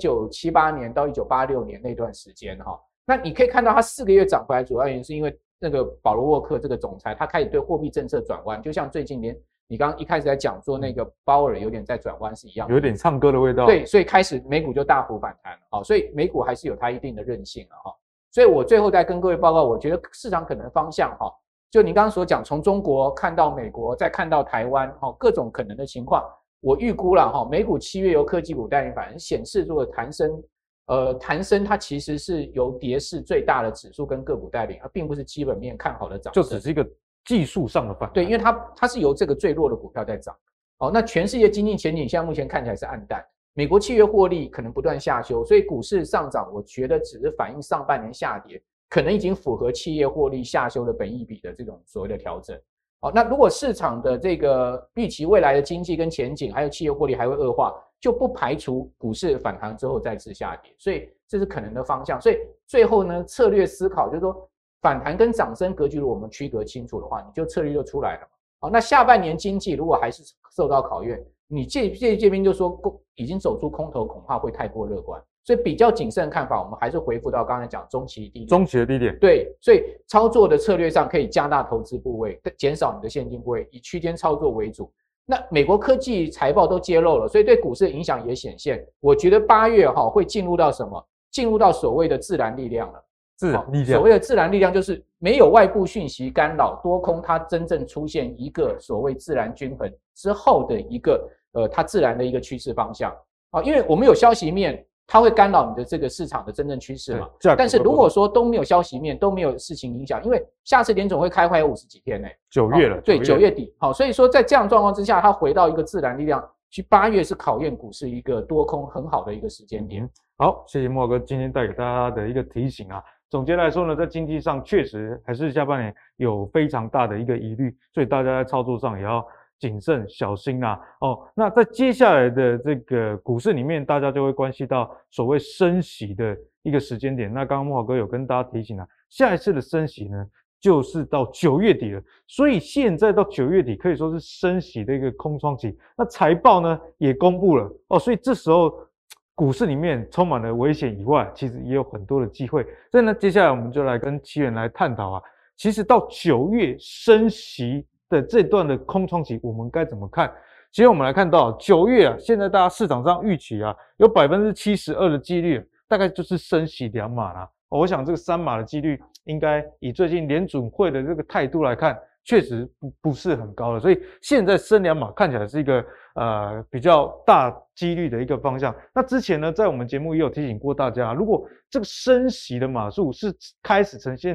1978年到1986年那段时间那你可以看到它4个月涨回来，主要原因是因为那个保罗沃克这个总裁他开始对货币政策转弯，就像最近你刚刚一开始在讲说那个鲍尔有点在转弯是一样的， 有点唱歌的味道。 对，所以开始美股就大幅反弹了所以美股还是有它一定的韧性了所以我最后再跟各位报告，我觉得市场可能方向就你刚刚所讲，从中国看到美国，再看到台湾各种可能的情况，我预估了美股7月由科技股带领反而显示出的弹升它其实是由跌势最大的指数跟个股带领，而并不是基本面看好的涨升，就只是一个技术上的反弹。 对，因为它是由这个最弱的股票在涨那全世界经济前景现在目前看起来是暗淡。美国7月获利可能不断下修，所以股市上涨，我觉得只是反映上半年下跌，可能已经符合企业获利下修的本益比的这种所谓的调整。那如果市场的这个预期未来的经济跟前景，还有企业获利还会恶化，就不排除股市反弹之后再次下跌，所以这是可能的方向。所以最后呢，策略思考就是说，反弹跟涨升格局如果我们区隔清楚的话，你就策略就出来了嘛。那下半年经济如果还是受到考验，你这边就说已经走出空头，恐怕会太过乐观，所以比较谨慎的看法，我们还是回复到刚才讲中期的低点。对，所以操作的策略上可以加大投资部位，减少你的现金部位，以区间操作为主。那美国科技财报都揭露了，所以对股市的影响也显现。我觉得8月会进入到什么？进入到所谓的自然力量了。 自然力量， 所谓的自然力量就是没有外部讯息干扰，多空它真正出现一个所谓自然均衡之后的一个它自然的一个趋势方向因为我们有消息面，它会干扰你的这个市场的真正趋势嘛。但是如果说都没有消息面，都没有事情影响，因为下次联总会开会有50几天 9月了， 对，9月底所以说在这样的状况之下，它回到一个自然力量，去8月是考验股市一个多空很好的一个时间点。 好，谢谢莫哥今天带给大家的一个提醒总结来说呢，在经济上确实还是下半年有非常大的一个疑虑，所以大家在操作上也要谨慎小心那在接下来的这个股市里面，大家就会关系到所谓升息的一个时间点。那刚刚莫哥有跟大家提醒下一次的升息呢，就是到9月底了，所以现在到9月底可以说是升息的一个空窗期。那财报呢也公布了所以这时候股市里面充满了危险以外，其实也有很多的机会。所以呢，接下来我们就来跟7元来探讨其实到9月升息的这段的空窗期，我们该怎么看？其实我们来看到9月现在大家市场上预期有72%的几率，大概就是升息2码啦。我想这个3码的几率，应该以最近联准会的这个态度来看，确实不是很高的，所以现在升2码看起来是一个比较大几率的一个方向。那之前呢，在我们节目也有提醒过大家，如果这个升息的码数是开始呈现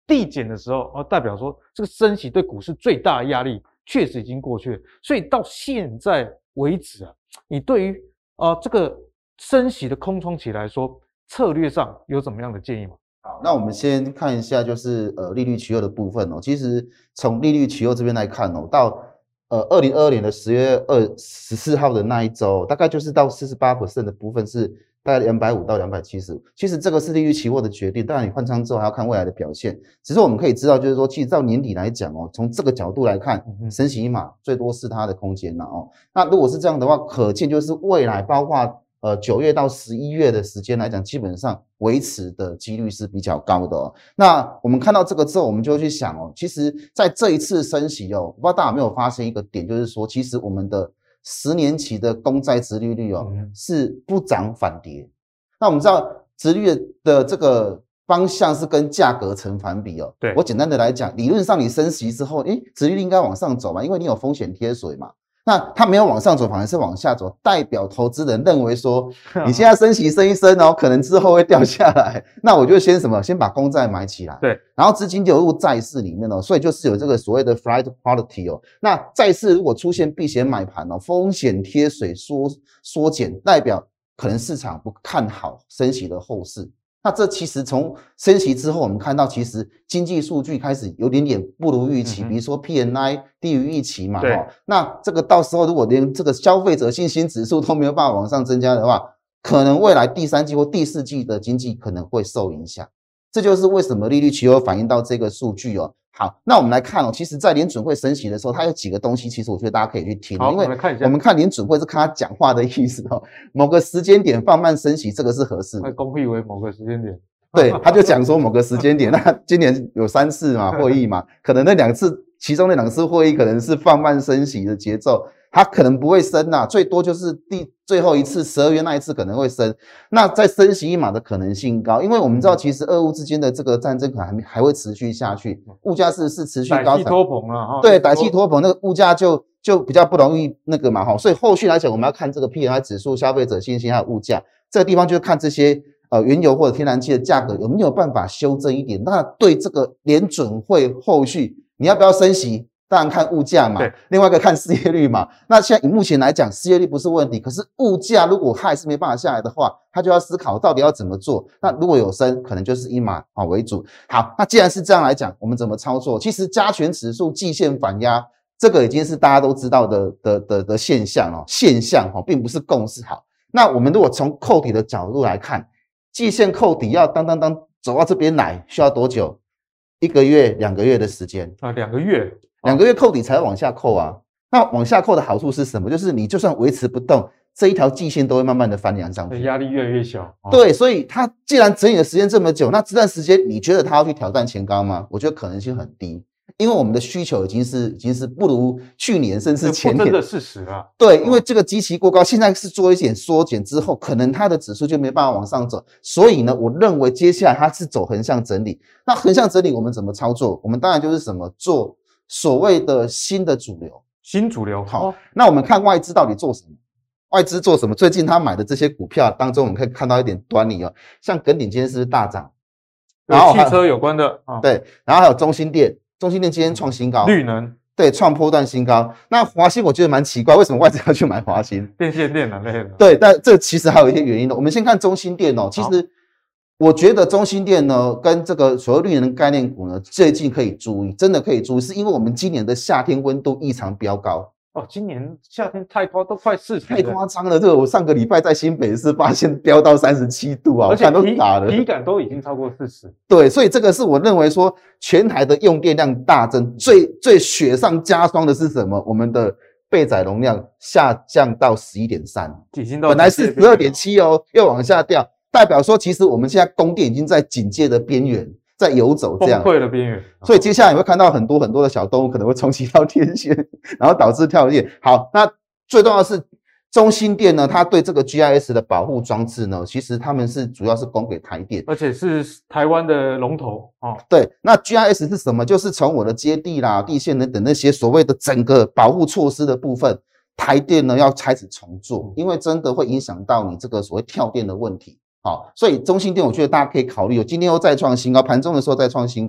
递减的时候，代表说这个升息对股市最大的压力确实已经过去了。所以到现在为止啊，你对于这个升息的空窗期来说，策略上有怎么样的建议吗？ 好，那我们先看一下，就是利率期货的部分哦。其实从利率期货这边来看哦，到2022年的10月14号的那一周，大概就是到48% 的部分是大概250到275。其实这个是利率期货的决定，当然你换仓之后还要看未来的表现。只是我们可以知道，就是说，其实到年底来讲哦，从这个角度来看，升息一码最多是它的空间了哦。那如果是这样的话，可见就是未来包括9月到11月的时间来讲，基本上维持的几率是比较高的哦。那我们看到这个之后，我们就会去想哦，其实在这一次升息哦，不知道大家有没有发现一个点，就是说，其实我们的10年期的公债殖利率哦，是不涨反跌。那我们知道殖利率的这个方向是跟价格成反比哦。 对， 我简单的来讲，理论上你升息之后，殖利率应该往上走嘛，因为你有风险贴水嘛。那它没有往上走，反而是往下走，代表投资人认为说，你现在升息升一升哦，可能之后会掉下来，那我就先先把公债买起来， 对， 然后资金流入债市里面哦，所以就是有这个所谓的 flight quality 哦。那债市如果出现避险买盘哦，风险贴水缩减，代表可能市场不看好升息的后市。那这其实从升息之后，我们看到其实经济数据开始有点不如预期，比如说 PMI 低于预期嘛，那这个到时候如果连这个消费者信心指数都没有办法往上增加的话，可能未来第3季或第4季的经济可能会受影响。这就是为什么利率期货反映到这个数据哦。好，那我们来看哦，其实在联准会升息的时候，它有几个东西，其实我觉得大家可以去听，因为我们看联准会是看他讲话的意思哦。某个时间点放慢升息，这个是合适的。 公辟为某个时间点， 对，他就讲说某个时间点，那今年有3次嘛会议嘛，可能那2次，其中那2次会议可能是放慢升息的节奏。它可能不会升啦，最多就是最后一次12月那一次可能会升，那再升息一码的可能性高，因为我们知道其实俄乌之间的这个战争可能还会持续下去，物价是持续高涨， 歹气拖棚啊， 对，歹气拖棚，那个物价就比较不容易那个嘛，所以后续来讲我们要看这个 PMI 指数、消费者信心还有物价，这个地方就是看这些原油或者天然气的价格有没有办法修正一点，那对这个联准会后续你要不要升息？当然看物价嘛，另外一个看失业率嘛。那现在以目前来讲，失业率不是问题，可是物价如果它还是没办法下来的话，它就要思考到底要怎么做。那如果有升，可能就是一码为主。好，那既然是这样来讲，我们怎么操作？其实加权指数季线反压，这个已经是大家都知道的现象哦，并不是共识。好，那我们如果从扣底的角度来看，季线扣底要当走到这边来，需要多久？1个月、2个月的时间啊，2个月。 2个月扣底才往下扣啊，那往下扣的好处是什么？就是你就算维持不动，这一条季线都会慢慢的翻扬上去， 压力越来越小。 对，所以它既然整理的时间这么久，那这段时间你觉得它要去挑战前高吗？我觉得可能性很低，因为我们的需求已经是不如去年甚至前年， 真的事实啊。 对，因为这个基期过高，现在是做一点缩减之后，可能它的指数就没办法往上走，所以呢，我认为接下来它是走横向整理。那横向整理我们怎么操作？我们当然就是做所谓的新的主流， 新主流。 好，那我们看外资到底做什么？外资做什么？最近他买的这些股票当中，我们可以看到一点端倪哦。像耿鼎今天是不是大涨？ 然后汽车有关的， 对，然后还有中兴电今天创新高， 绿能， 对，创波段新高。那华兴我觉得蛮奇怪，为什么外资要去买华兴？ 电线电缆类的。 对，但这其实还有一些原因的。我们先看中兴电哦，其实我觉得中兴电呢，跟这个所谓绿能概念股呢，最近可以注意，真的可以注意，是因为我们今年的夏天温度异常飙高。 今年夏天太高，都快40， 太夸张了。这个我上个礼拜在新北市发现飙到37度啊， 而且都打了， 体感都已经超过40。 对，所以这个是我认为说全台的用电量大增，最雪上加霜的是什么？我们的备载容量下降到11.3， 已经到本来是12.7哦，又往下掉。代表说，其实我们现在供电已经在警戒的边缘，在游走这样崩溃的边缘。 所以接下来你会看到很多的小动物可能会冲击到天线，然后导致跳电。好，那最重要的是中兴电呢，它对这个 GIS 的保护装置呢，其实他们是主要是供给台电， 而且是台湾的龙头哦。 对，那 GIS 是什么？就是从我的接地啦、地线等等那些所谓的整个保护措施的部分，台电呢要开始重做，因为真的会影响到你这个所谓跳电的问题。好，所以中兴电我觉得大家可以考虑，今天又再创新高，盘中的时候再创新高。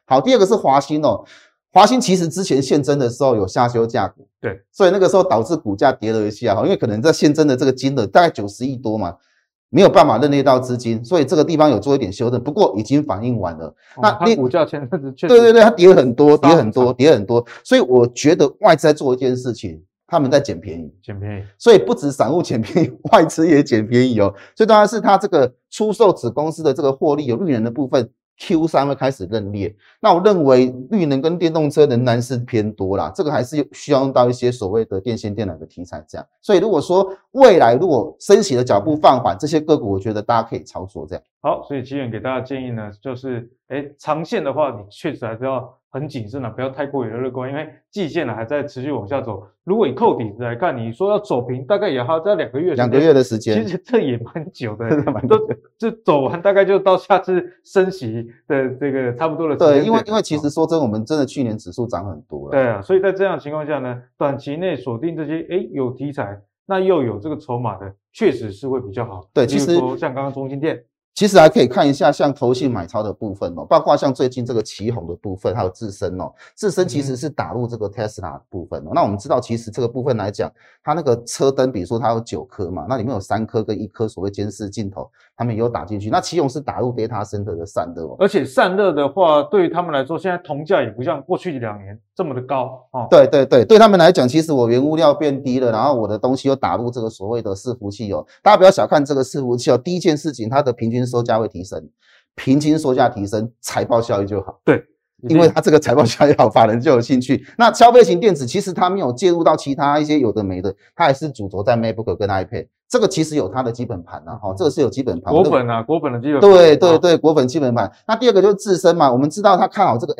好，第二个是华兴哦，华兴其实之前现增的时候有下修价股， 对， 所以那个时候导致股价跌了一下，因为可能在现增的这个金额大概90亿多嘛，没有办法认列到资金，所以这个地方有做一点修正，不过已经反映完了。那它股价前阵子确实对，它跌很多，跌很多，所以我觉得外资在做一件事情，他们在捡便宜，所以不止散户捡便宜，外资也捡便宜哦。最重要的是它这个出售子公司的这个获利有绿能的部分。Q3 会开始认列，那我认为绿能跟电动车仍然是偏多啦，这个还是需要用到一些所谓的电线电缆的题材这样。所以如果说未来如果升息的脚步放缓，这些个股我觉得大家可以操作这样。 好，所以奇远给大家建议呢，就是长线的话，你确实还是要很谨慎的，不要太过于乐观，因为季线呢还在持续往下走。如果以扣底来看，你说要走平，大概也还要在2个月，2 个月的时间， 其实这也蛮久的，就走完大概就到下次升息的这个差不多的时间。 对，因为其实说真的，我们真的去年指数涨很多了。 对啊，所以在这样的情况下呢，短期内锁定这些有题材，那又有这个筹码的，确实是会比较好。 对，其实像刚刚中兴电。 其实还可以看一下像投信买超的部分哦，包括像最近这个奇鋐的部分，还有智深哦，智深其实是打入这个 Tesla 的部分哦。那我们知道，其实这个部分来讲，它那个车灯，比如说它有9颗嘛，那里面有3颗跟1颗所谓监视镜头，他们也有打进去。那奇鋐是打入 data center 的散热哦， 而且散热的话，对于他们来说，现在铜价也不像过去2年这么的高哦。 对他们来讲，其实我原物料变低了，然后我的东西又打入这个所谓的伺服器哦。大家不要小看这个伺服器哦，第一件事情，它的平均售价会提升。平均售价提升，财报效益就好。 对， 因为它这个财报效益好，法人就有兴趣。那消费型电子其实它没有介入到其他一些有的没的，它还是主轴在 MacBook 跟 iPad。这个其实有它的基本盘啊，这个是有基本盘。 国本的基本盘。 对，国本基本盘。那第二个就是自身嘛，我们知道它看好这个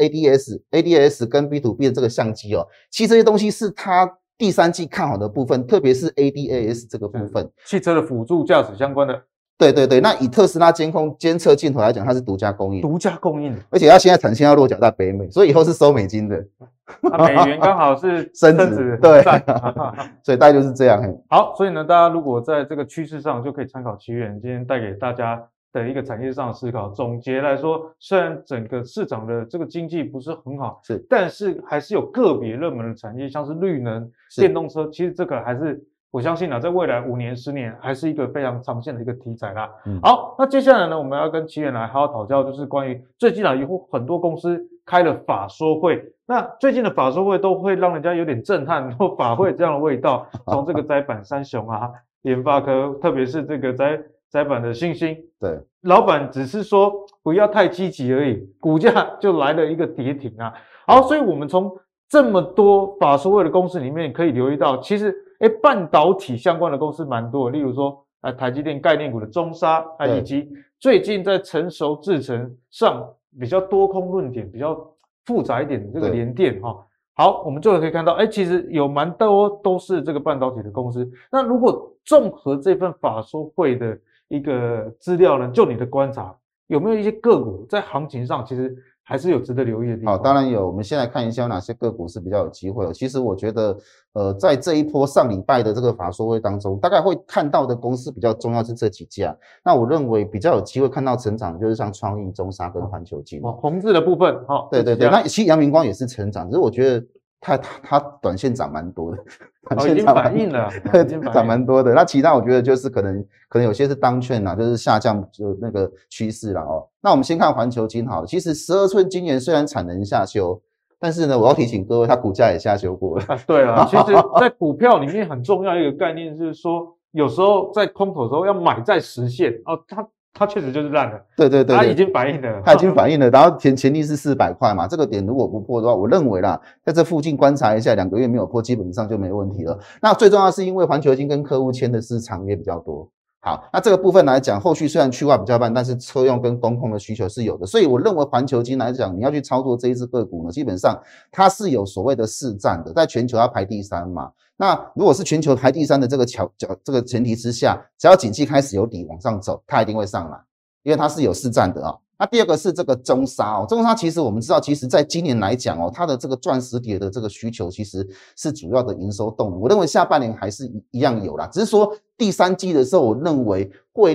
ADS 跟 B2B 的这个相机哦，其实这些东西是它第3季看好的部分，特别是 ADAS 这个部分， 汽车的辅助驾驶相关的。 对，那以特斯拉监测镜头来讲，它是独家供应，而且它现在产线要落脚在北美，所以以后是收美金的。 美元刚好是升值，对，所以大概就是这样。 好，所以呢，大家如果在这个趋势上，就可以参考奇远今天带给大家的一个产业上的思考。总结来说，虽然整个市场的这个经济不是很好，但是还是有个别热门的产业，像是绿能、电动车，其实这个还是。我相信在未来5年、10年还是一个非常长线的一个题材啦。好，那接下来呢，我们要跟奇远来好好讨教，就是关于最近有很多公司开了法说会，那最近的法说会都会让人家有点震撼，然后法会这样的味道，从这个载板三雄啊、联发科，特别是这个载板的信心， 对， 老板只是说不要太积极而已，股价就来了一个跌停啊。好，所以我们从这么多法说会的公司里面可以留意到，其实半导体相关的公司蛮多的，例如说台积电概念股的中砂以及最近在成熟制程上比较多空论点比较复杂一点的这个联电哈。好，我们最后可以看到，其实有蛮多都是这个半导体的公司。那如果综合这份法说会的一个资料呢，就你的观察，有没有一些个股在行情上其实还是有值得留意的地方？ 好，当然有。我们先来看一下有哪些个股是比较有机会。其实我觉得，在这一波上礼拜的这个法说会当中，大概会看到的公司比较重要是这几家。那我认为比较有机会看到成长，就是像创意、中砂跟环球晶。 红字的部分， 对。那其实阳明光也是成长，只是我觉得它短线涨蛮多的。 已经反映了， 涨蛮多的。那其他我觉得就是可能有些是当券啦，就是下降就那个趋势啦哦。那我们先看环球晶好了，其实12寸今年虽然产能下修，但是呢，我要提醒各位，它股价也下修过了。 对了，其实在股票里面很重要一个概念就是说，有时候在空头的时候要买在实线哦，它确实就是烂了，对，它已经反映了， 它已经反映了，然后前提是400块嘛，这个点如果不破的话，我认为啦，在这附近观察一下，2个月没有破，基本上就没问题了。那最重要是因为环球晶跟客户签的是长约比较多。好，那这个部分来讲，后续虽然去化比较慢，但是车用跟工控的需求是有的，所以我认为环球晶来讲，你要去操作这一只个股呢，基本上它是有所谓的市占的，在全球要排第3嘛。那如果是全球排第3的这个前提之下，只要景气开始有底往上走，它一定会上来，因为它是有市占的啊。那第二个是这个中砂哦，中砂其实我们知道，其实在今年来讲哦，它的这个钻石碟的这个需求其实是主要的营收动能。我认为下半年还是一样有啦，只是说第3季的时候，我认为汇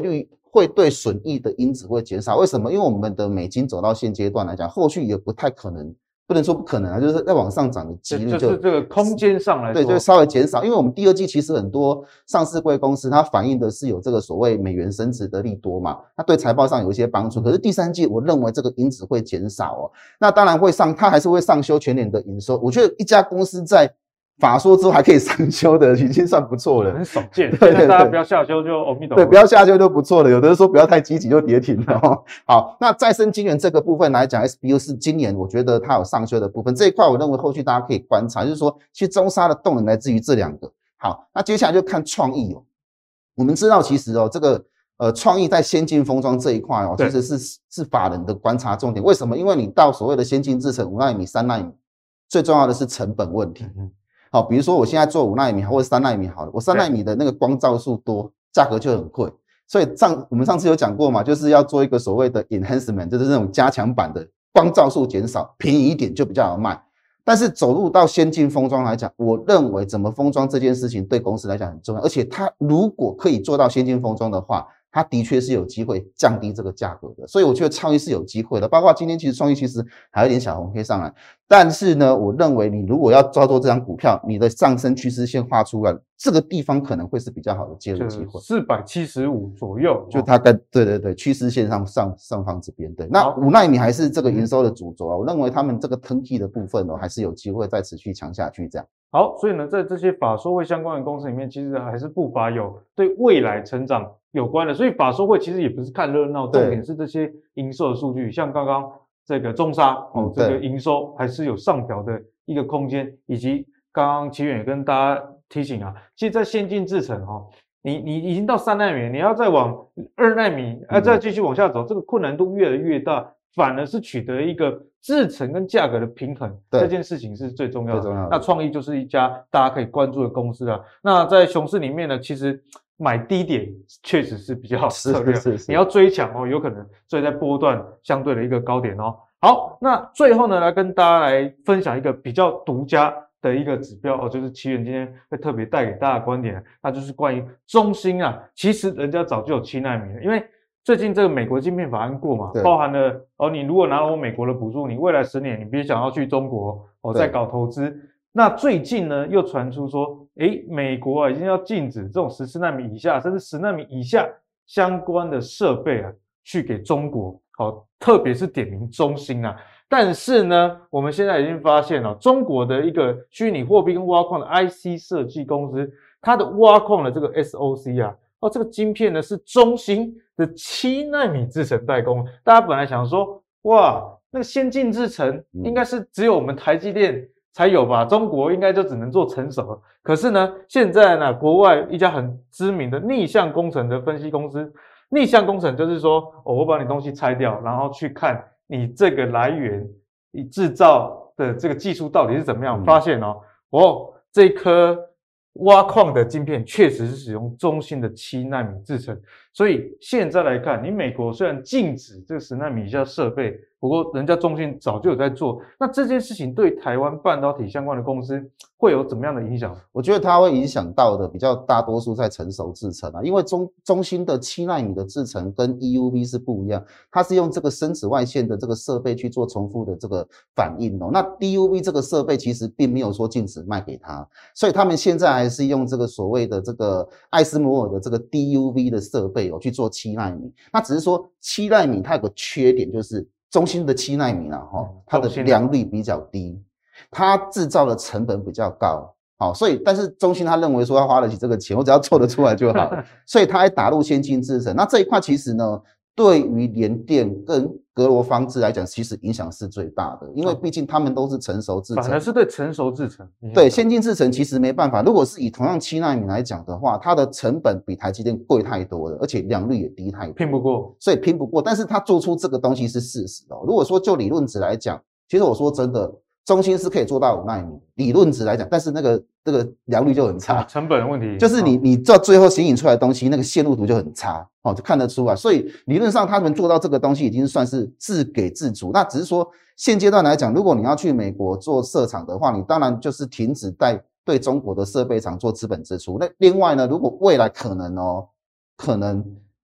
会对损益的因子会减少。为什么？因为我们的美金走到现阶段来讲，后续也不太可能，不能说不可能啊，就是在往上涨的几率就是这个空间上来说， 对，就稍微减少。因为我们第二季其实很多上市柜公司它反映的是有这个所谓美元升值的利多嘛，它对财报上有一些帮助。可是第三季我认为这个因子会减少哦，那当然会它还是会上修全年的营收。我觉得一家公司在法说之后还可以上修的，已经算不错了， 很少见。 对对对， 大家不要下修就阿弥陀佛。 对，不要下修就不错了。有的人说不要太积极就跌停了哦。好，那再生晶圆这个部分来讲 ，SBU 是今年我觉得它有上修的部分，这一块我认为后续大家可以观察，就是说其实中砂的动能来自于这两个。好，那接下来就看创意哦。我们知道其实哦，这个创意在先进封装这一块哦，其实是法人的观察重点。为什么？因为你到所谓的先进制程5奈米、3奈米，最重要的是成本问题。好，比如说我现在做5奈米或者3奈米好了，我3奈米的那个光照数多，价格就很贵。所以我们上次有讲过嘛，就是要做一个所谓的 enhancement， 就是那种加强版的光照数减少，便宜一点就比较好卖。但是走入到先进封装来讲，我认为怎么封装这件事情对公司来讲很重要，而且它如果可以做到先进封装的话，它的确是有机会降低这个价格的，所以我觉得创意是有机会的。包括今天其实创意其实还有一点小红 K 上来，但是呢，我认为你如果要操作这张股票，你的上升趋势线画出来，这个地方可能会是比较好的介入机会。 475左右， 就大概对，趋势线上方这边对。那5奈米还是这个营收的主轴啊，我认为他们这个登记的部分还是有机会再持续强下去这样。 好，所以呢，在这些法说会相关的公司里面，其实还是不乏有对未来成长有关的。所以法说会其实也不是看热闹，重点是这些营收的数据。像刚刚这个中砂这个营收还是有上调的一个空间，以及刚刚奇远也跟大家提醒啊，其实在先进制程你已经到3奈米，你要再往2奈米再继续往下走，这个困难度越来越大。反而是取得一个制程跟价格的平衡，这件事情是最重要的。那创意就是一家大家可以关注的公司啊。那在熊市里面呢，其实买低点确实是比较好的策略。你要追强有可能追在波段相对的一个高点哦。好，那最后呢，来跟大家来分享一个比较独家的一个指标就是奇远今天会特别带给大家的观点，那就是关于中芯啊，其实人家早就有7奈米了，因为最近这个美国晶片法案过嘛，包含了你如果拿了美国的补助，你未来10年你别想要去中国再搞投资。那最近呢又传出说，美国已经要禁止这种14奈米以下甚至10奈米以下相关的设备去给中国，特别是点名中芯啊。但是呢，我们现在已经发现中国的一个虚拟货币跟挖矿的 IC 设计公司，它的挖矿的这个 SOC 这个晶片呢是中芯的7奈米制程代工。大家本来想说，哇，那个先进制程应该是只有我们台积电才有吧，中国应该就只能做成熟了。可是呢，现在呢，国外一家很知名的逆向工程的分析公司，逆向工程就是说，我把你东西拆掉，然后去看你这个来源，你制造的这个技术到底是怎么样，发现这颗挖矿的晶片确实是使用中芯的7奈米制程，所以现在来看，你美国虽然禁止这个10奈米以下设备，不过人家中芯早就有在做，那这件事情对台湾半导体相关的公司会有怎么样的影响？ 我觉得它会影响到的比较大多数在成熟制程因为中芯的7奈米的制程跟 EUV 是不一样，它是用这个深紫外线的这个设备去做重复的这个反应那 DUV 这个设备其实并没有说禁止卖给它，所以他们现在还是用这个所谓的这个艾斯摩尔的这个 DUV 的设备去做7奈米。那只是说7奈米它有个缺点，就是中芯的7奈米它的良率比较低，它制造的成本比较高所以但是中芯他认为说他花得起这个钱，我只要做得出来就好了所以他还打入先进制程。那这一块其实呢，对于联电跟格罗方智来讲，其实影响是最大的，因为毕竟他们都是成熟制程， 反而是对成熟制程。 对先进制程其实没办法，如果是以同样7奈米来讲的话，它的成本比台积电贵太多了，而且良率也低太多， 拼不过， 所以拼不过。但是它做出这个东西是事实如果说就理论值来讲，其实我说真的，中芯是可以做到5奈米，理论值来讲，但是这个良率就很差， 成本的问题， 就是你到最后显影出来的东西，那个线路图就很差就看得出来。所以理论上他们做到这个东西已经算是自给自足。那只是说现阶段来讲，如果你要去美国做设厂的话，你当然就是停止对中国的设备厂做资本支出。那另外呢，如果未来可能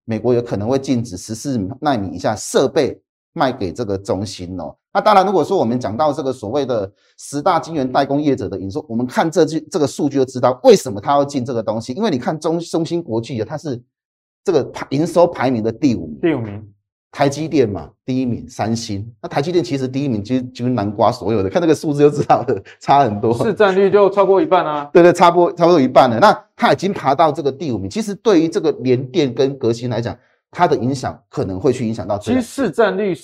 美国有可能会禁止14奈米以下设备卖给这个中芯哦。那当然，如果说我们讲到这个所谓的10大晶圆代工业者的营收，我们看这个数据就知道为什么他要进这个东西。因为你看中芯国际它是这个营收排名的第5名， 第5名， 台积电嘛第1名，三星。那台积电其实第1名就是南瓜所有的，看那个数字就知道了，差很多， 市占率就超过一半啊。 对，差不多一半了。那它已经爬到这个第5名，其实对于这个联电跟革新来讲，它的影响可能会去影响到。 其实市占率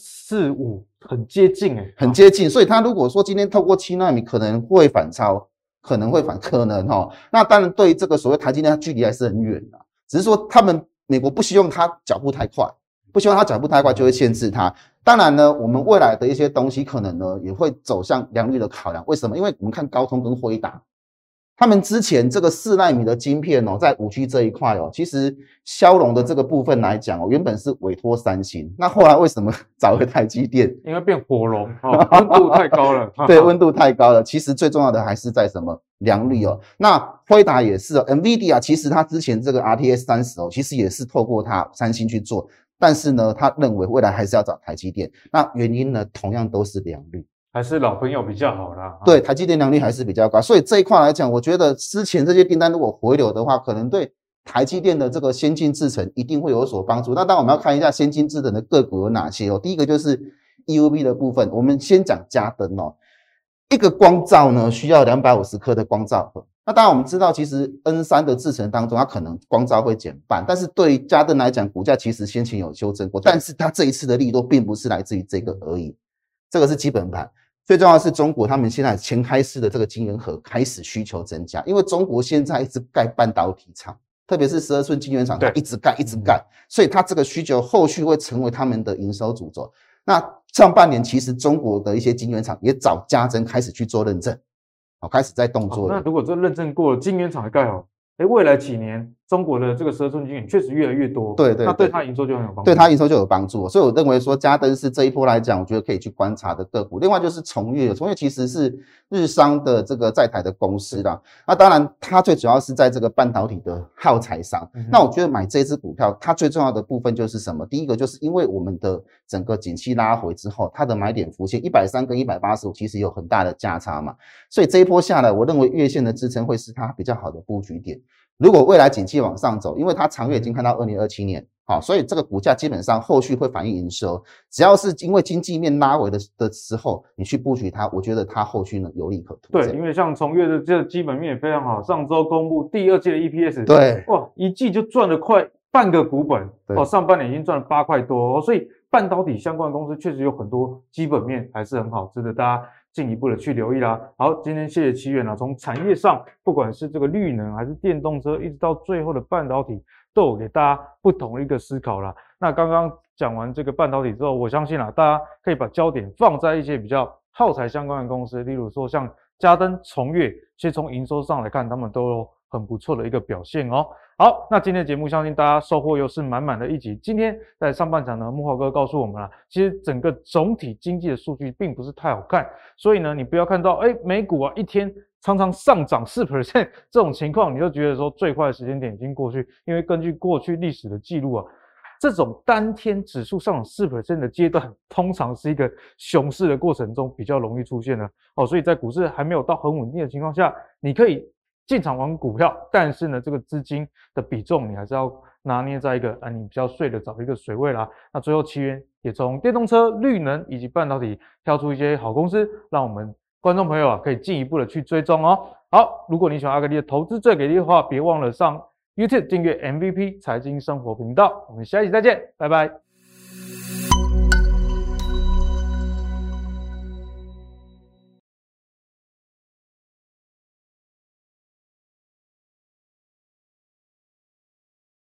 3、4、5很接近很接近。所以它如果说今天透过7奈米可能会反超，可能那当然对这个所谓台积电，它距离还是很远的，只是说美国不希望它脚步太快。就会限制它。当然呢，我们未来的一些东西可能呢也会走向良率的考量。为什么？因为我们看高通跟辉达，他们之前这个4奈米的晶片哦，在5G 这一块哦，其实骁龙的这个部分来讲哦，原本是委托三星，那后来为什么找回台积电？ 因为变火龙哦，温度太高了。 对，温度太高了。其实最重要的还是在什么？良率哦。那辉达也是哦 ，NVIDIA 其实它之前这个 RTX 30哦，其实也是透过它三星去做。但是呢，他认为未来还是要找台积电，那原因呢，同样都是良率， 还是老朋友比较好啦。 对，台积电良率还是比较高，所以这一块来讲，我觉得之前这些订单如果回流的话，可能对台积电的这个先进制程一定会有所帮助。那当然我们要看一下先进制程的个股有哪些哦。第一个就是 EUV 的部分，我们先讲嘉登哦，一个光罩呢需要250颗的光罩盒。那当然我们知道，其实 N3 的制程当中，它可能光罩会减半，但是对于嘉登来讲，股价其实先前有修正过，但是它这一次的利多并不是来自于这个而已，这个是基本盘。最重要的是中国他们现在前开式的这个晶圆盒开始需求增加，因为中国现在一直盖半导体厂，特别是12寸晶圆厂，它一直盖，所以它这个需求后续会成为他们的营收主轴。那上半年其实中国的一些晶圆厂也找嘉登开始去做认证。开始在动作了。 那如果这认证过了，晶圆厂也盖好，未来几年中国的这个12寸晶圆确实越来越多， 对， 那对它营收就很有帮助， 对它营收就有帮助。所以我认为说嘉登是这一波来讲，我觉得可以去观察的个股。另外就是崇越其实是日商的这个在台的公司啦。那当然它最主要是在这个半导体的耗材商。那我觉得买这支股票，它最重要的部分就是什么？第一个就是因为我们的整个景气拉回之后，它的买点浮现130跟185其实有很大的价差嘛，所以这一波下来，我认为月线的支撑会是它比较好的布局点。如果未来景气往上走，因为它长月已经看到2027年，所以这个股价基本上后续会反映营收。只要是因为经济面拉回的时候，你去布局它，我觉得它后续呢有利可图。 对，因为像崇越的这个基本面也非常好，上周公布第2季的 EPS， 对， 哇，一季就赚了快半个股本，上半年已经赚了8块多，所以半导体相关的公司确实有很多基本面还是很好，值得大家进一步的去留意啦。好，今天谢谢奇远从产业上，不管是这个绿能还是电动车，一直到最后的半导体，都有给大家不同的一个思考啦。那刚刚讲完这个半导体之后，我相信大家可以把焦点放在一些比较耗材相关的公司，例如说像嘉登、崇越，其实从营收上来看，他们都有很不错的一个表现哦。好，那今天的节目相信大家收获又是满满的一集。今天在上半场呢，木华哥告诉我们其实整个总体经济的数据并不是太好看，所以呢，你不要看到美股一天常常上涨4% 这种情况，你就觉得说最坏的时间点已经过去，因为根据过去历史的记录这种单天指数上涨4% 的阶段，通常是一个熊市的过程中比较容易出现的所以在股市还没有到很稳定的情况下，你可以进场玩股票，但是呢，这个资金的比重你还是要拿捏在一个你比较睡得着的一个水位啦。那最后奇源也从电动车、绿能以及半导体挑出一些好公司，让我们观众朋友可以进一步的去追踪哦。好，如果你喜欢阿格力的投资最给力的话，别忘了上 YouTube 订阅 MVP 财经生活频道。我们下一集再见，拜拜。